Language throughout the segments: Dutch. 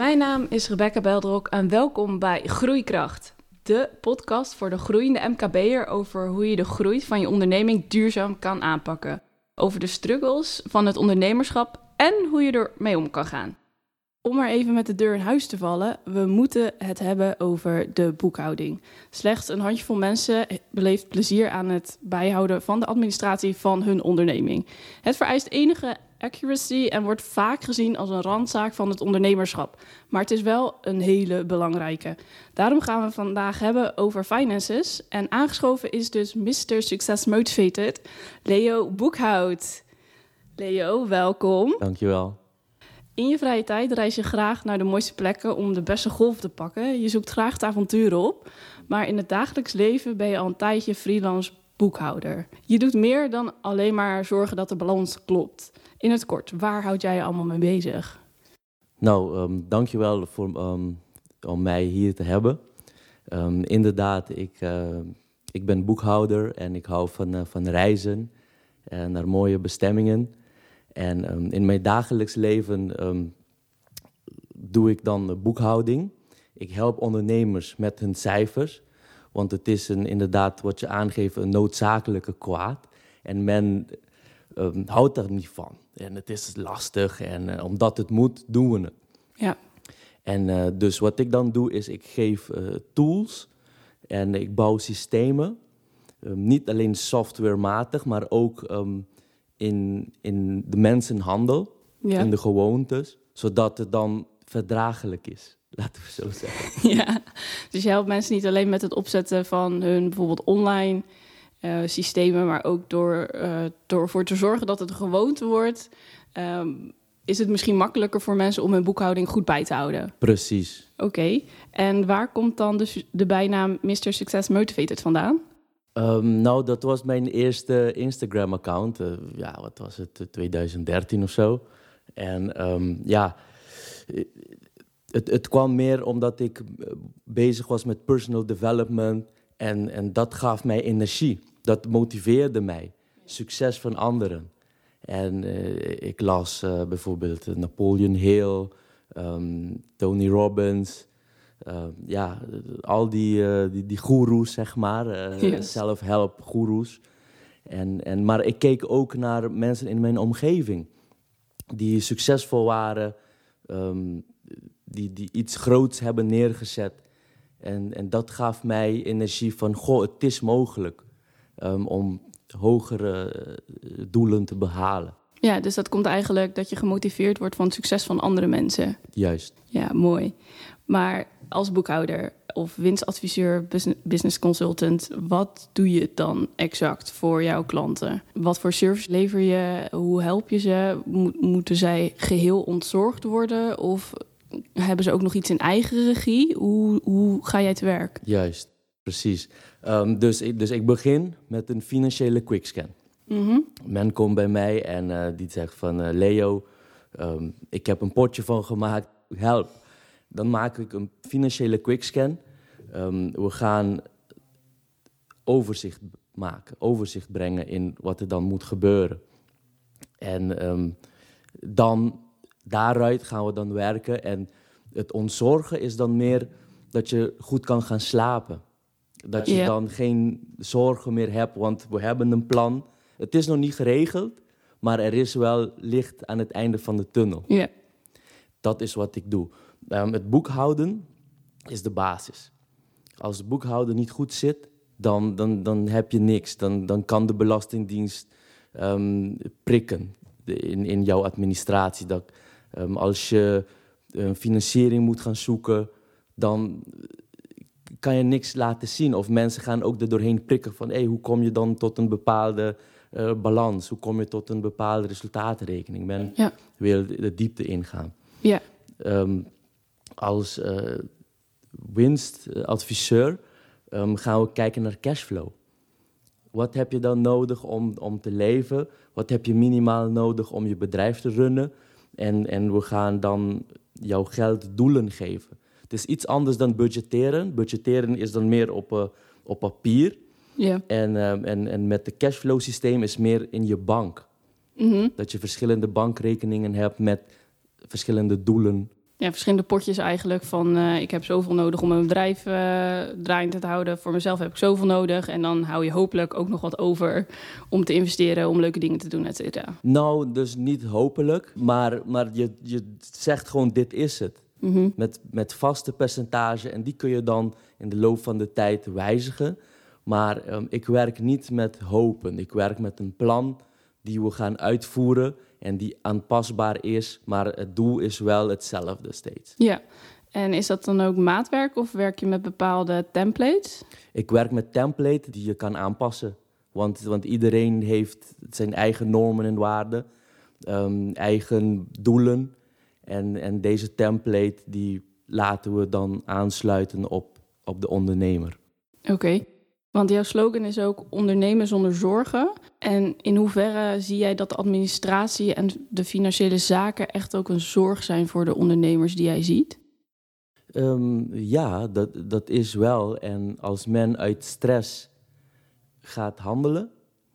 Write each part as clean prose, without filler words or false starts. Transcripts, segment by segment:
Mijn naam is Rebecca Beldrok en welkom bij Groeikracht. De podcast voor de groeiende MKB'er over hoe je de groei van je onderneming duurzaam kan aanpakken. Over de struggles van het ondernemerschap en hoe je ermee om kan gaan. Om maar even met de deur in huis te vallen, we moeten het hebben over de boekhouding. Slechts een handjevol mensen beleeft plezier aan het bijhouden van de administratie van hun onderneming. Het vereist enige accuracy en wordt vaak gezien als een randzaak van het ondernemerschap. Maar het is wel een hele belangrijke. Daarom gaan we vandaag hebben over finances. En aangeschoven is dus Mr. Success Motivated, Leo Boekhout. Leo, welkom. Dankjewel. In je vrije tijd reis je graag naar de mooiste plekken om de beste golf te pakken. Je zoekt graag het avontuur op. Maar in het dagelijks leven ben je al een tijdje freelance boekhouder. Je doet meer dan alleen maar zorgen dat de balans klopt. In het kort, waar houd jij je allemaal mee bezig? Nou, dankjewel om mij hier te hebben. Inderdaad, ik ben boekhouder en ik hou van reizen naar mooie bestemmingen. En in mijn dagelijks leven doe ik dan boekhouding. Ik help ondernemers met hun cijfers. Want het is inderdaad wat je aangeeft een noodzakelijke kwaad. En men houdt er niet van. En het is lastig en omdat het moet, doen we het. Ja. En dus wat ik dan doe is ik geef tools en ik bouw systemen. Niet alleen softwarematig, maar ook in de mensenhandel, in de gewoontes, zodat het dan verdraaglijk is, laten we zo zeggen. Ja, dus je helpt mensen niet alleen met het opzetten van hun bijvoorbeeld online systemen, maar ook door ervoor te zorgen dat het een gewoonte wordt, is het misschien makkelijker voor mensen om hun boekhouding goed bij te houden. Precies. Oké. En waar komt dan de bijnaam Mr. Success Motivated vandaan? Nou, dat was mijn eerste Instagram-account. Wat was het? 2013 of zo. En het kwam meer omdat ik bezig was met personal development. En dat gaf mij energie. Dat motiveerde mij. Succes van anderen. En ik las bijvoorbeeld Napoleon Hill, Tony Robbins. Al die goeroes, zeg maar. Yes. Self-help goeroes. Maar ik keek ook naar mensen in mijn omgeving. Die succesvol waren. Die iets groots hebben neergezet. En dat gaf mij energie van, het is mogelijk om hogere doelen te behalen. Ja, dus dat komt eigenlijk dat je gemotiveerd wordt van het succes van andere mensen. Juist. Ja, mooi. Maar als boekhouder of winstadviseur, business consultant, wat doe je dan exact voor jouw klanten? Wat voor service lever je? Hoe help je ze? Moeten zij geheel ontzorgd worden? Of hebben ze ook nog iets in eigen regie? Hoe ga jij te werk? Juist, precies. Dus ik begin met een financiële quickscan. Mm-hmm. Men komt bij mij en die zegt van Leo, ik heb een potje van gemaakt, help. Dan maak ik een financiële quickscan. We gaan overzicht brengen in wat er dan moet gebeuren. En dan daaruit gaan we dan werken. En het ontzorgen is dan meer dat je goed kan gaan slapen. Dat je dan geen zorgen meer hebt, want we hebben een plan. Het is nog niet geregeld, maar er is wel licht aan het einde van de tunnel. Yeah. Dat is wat ik doe. Het boekhouden is de basis. Als het boekhouden niet goed zit, dan heb je niks. Dan kan de Belastingdienst prikken in jouw administratie. Als je financiering moet gaan zoeken, dan kan je niks laten zien. Of mensen gaan ook er doorheen prikken van, hoe kom je dan tot een bepaalde balans? Hoe kom je tot een bepaalde resultaatrekening? Men wil de diepte ingaan. Ja. Als winstadviseur gaan we kijken naar cashflow. Wat heb je dan nodig om te leven? Wat heb je minimaal nodig om je bedrijf te runnen? En we gaan dan jouw geld doelen geven. Het is iets anders dan budgetteren. Budgetteren is dan meer op papier. Yeah. En met de cashflow systeem is meer in je bank. Mm-hmm. Dat je verschillende bankrekeningen hebt met verschillende doelen Ja, verschillende potjes eigenlijk van ik heb zoveel nodig om mijn bedrijf draaiend te houden. Voor mezelf heb ik zoveel nodig. En dan hou je hopelijk ook nog wat over om te investeren, om leuke dingen te doen, et cetera. Nou, dus niet hopelijk, maar je zegt gewoon dit is het. Met vaste percentage en die kun je dan in de loop van de tijd wijzigen. Maar ik werk niet met hopen. Ik werk met een plan die we gaan uitvoeren en die aanpasbaar is, maar het doel is wel hetzelfde steeds. Ja, en is dat dan ook maatwerk of werk je met bepaalde templates? Ik werk met templates die je kan aanpassen, want iedereen heeft zijn eigen normen en waarden, eigen doelen. En deze template die laten we dan aansluiten op de ondernemer. Oké. Want jouw slogan is ook ondernemen zonder zorgen. En in hoeverre zie jij dat de administratie en de financiële zaken echt ook een zorg zijn voor de ondernemers die jij ziet? Ja, dat is wel. En als men uit stress gaat handelen,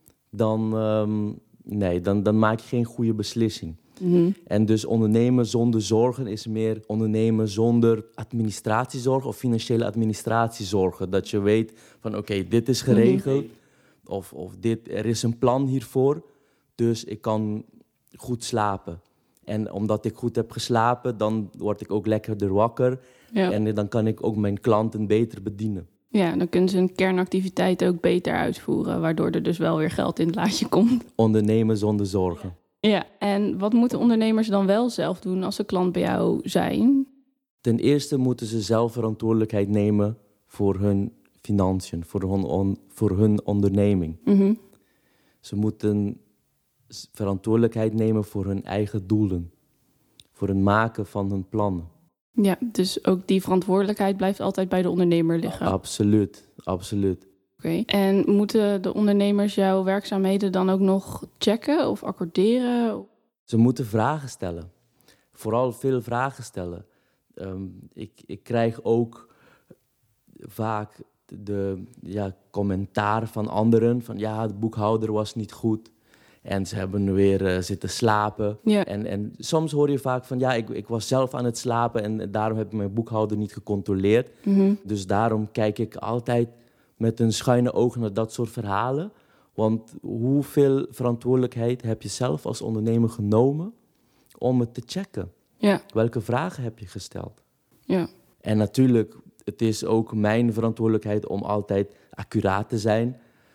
dan maak je geen goede beslissing. En dus ondernemen zonder zorgen is meer ondernemen zonder administratiezorg of financiële administratiezorgen. Dat je weet van oké, dit is geregeld of er is een plan hiervoor, dus ik kan goed slapen. En omdat ik goed heb geslapen, dan word ik ook lekkerder wakker. Ja. En dan kan ik ook mijn klanten beter bedienen. Ja, dan kunnen ze hun kernactiviteit ook beter uitvoeren, waardoor er dus wel weer geld in het laadje komt. Ondernemen zonder zorgen. Ja, en wat moeten ondernemers dan wel zelf doen als ze klant bij jou zijn? Ten eerste moeten ze zelf verantwoordelijkheid nemen voor hun financiën, voor hun onderneming. Ze moeten verantwoordelijkheid nemen voor hun eigen doelen, voor het maken van hun plannen. Ja, dus ook die verantwoordelijkheid blijft altijd bij de ondernemer liggen? Absoluut, absoluut. Oké. En moeten de ondernemers jouw werkzaamheden dan ook nog checken of accorderen? Ze moeten vragen stellen. Vooral veel vragen stellen. Ik krijg ook vaak de commentaar van anderen van de boekhouder was niet goed. En ze hebben weer zitten slapen. Ja. En soms hoor je vaak van ik was zelf aan het slapen en daarom heb ik mijn boekhouder niet gecontroleerd. Dus daarom kijk ik altijd met een schuine oog naar dat soort verhalen. Want hoeveel verantwoordelijkheid heb je zelf als ondernemer genomen om het te checken? Ja. Welke vragen heb je gesteld? Ja. En natuurlijk, het is ook mijn verantwoordelijkheid om altijd accuraat te zijn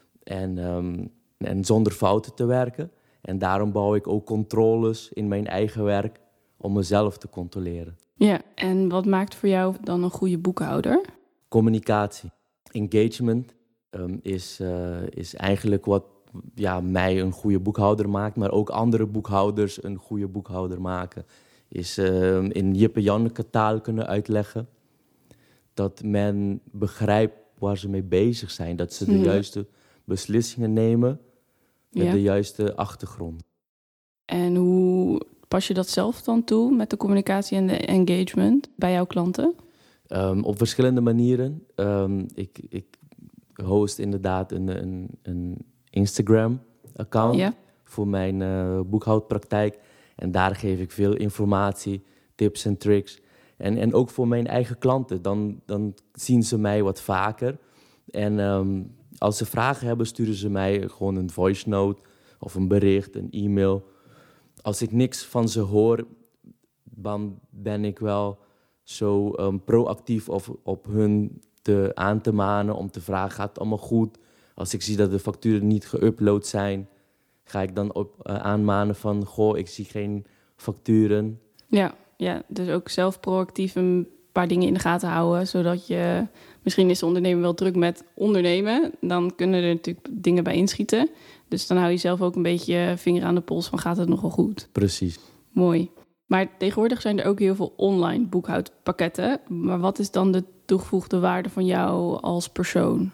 en zonder fouten te werken. En daarom bouw ik ook controles in mijn eigen werk om mezelf te controleren. Ja, en wat maakt voor jou dan een goede boekhouder? Communicatie. Engagement is eigenlijk wat mij een goede boekhouder maakt, maar ook andere boekhouders een goede boekhouder maken. Is in Jip-en-Janneke taal kunnen uitleggen. Dat men begrijpt waar ze mee bezig zijn. Dat ze de juiste beslissingen nemen met de juiste achtergrond. En hoe pas je dat zelf dan toe met de communicatie en de engagement bij jouw klanten? Op verschillende manieren. Ik host inderdaad een Instagram-account voor mijn boekhoudpraktijk. En daar geef ik veel informatie, tips en tricks. En ook voor mijn eigen klanten. Dan zien ze mij wat vaker. En als ze vragen hebben, sturen ze mij gewoon een voice note of een bericht, een e-mail. Als ik niks van ze hoor, dan ben ik wel zo proactief op hun aan te manen om te vragen, gaat het allemaal goed? Als ik zie dat de facturen niet geüpload zijn, ga ik dan aanmanen van, ik zie geen facturen. Ja, dus ook zelf proactief een paar dingen in de gaten houden, zodat je, misschien is de ondernemer wel druk met ondernemen, dan kunnen er natuurlijk dingen bij inschieten. Dus dan hou je zelf ook een beetje vinger aan de pols van, gaat het nog wel goed? Precies. Mooi. Maar tegenwoordig zijn er ook heel veel online boekhoudpakketten. Maar wat is dan de toegevoegde waarde van jou als persoon?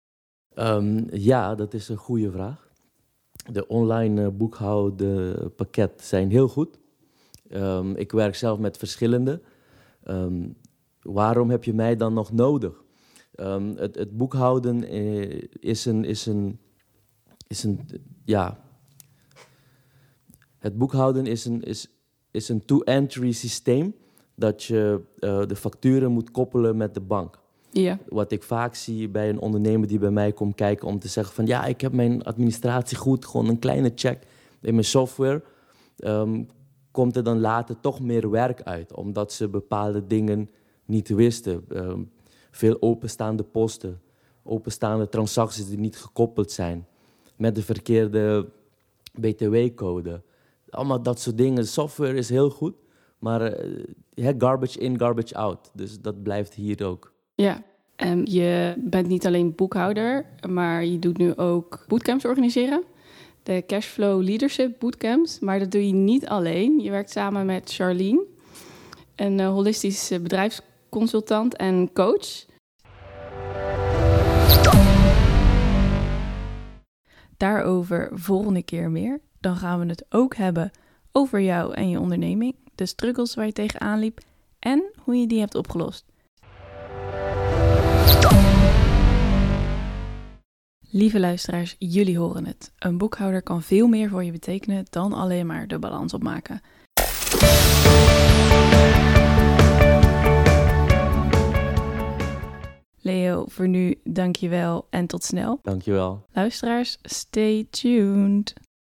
Dat is een goede vraag. De online boekhoudpakketten zijn heel goed. Ik werk zelf met verschillende. Waarom heb je mij dan nog nodig? Het boekhouden Het boekhouden is een two-entry systeem dat je de facturen moet koppelen met de bank. Ja. Wat ik vaak zie bij een ondernemer die bij mij komt kijken om te zeggen van ja, ik heb mijn administratie goed, gewoon een kleine check in mijn software. Komt er dan later toch meer werk uit, omdat ze bepaalde dingen niet wisten. Veel openstaande posten, openstaande transacties die niet gekoppeld zijn met de verkeerde BTW-code. Allemaal dat soort dingen. Software is heel goed, maar garbage in, garbage out. Dus dat blijft hier ook. Ja, je bent niet alleen boekhouder, maar je doet nu ook bootcamps organiseren. De Cashflow Leadership Bootcamps. Maar dat doe je niet alleen. Je werkt samen met Charlene, een holistisch bedrijfsconsultant en coach. Daarover volgende keer meer. Dan gaan we het ook hebben over jou en je onderneming. De struggles waar je tegenaan liep en hoe je die hebt opgelost. Lieve luisteraars, jullie horen het. Een boekhouder kan veel meer voor je betekenen dan alleen maar de balans opmaken. Leo, voor nu dankjewel en tot snel. Dankjewel. Luisteraars, stay tuned.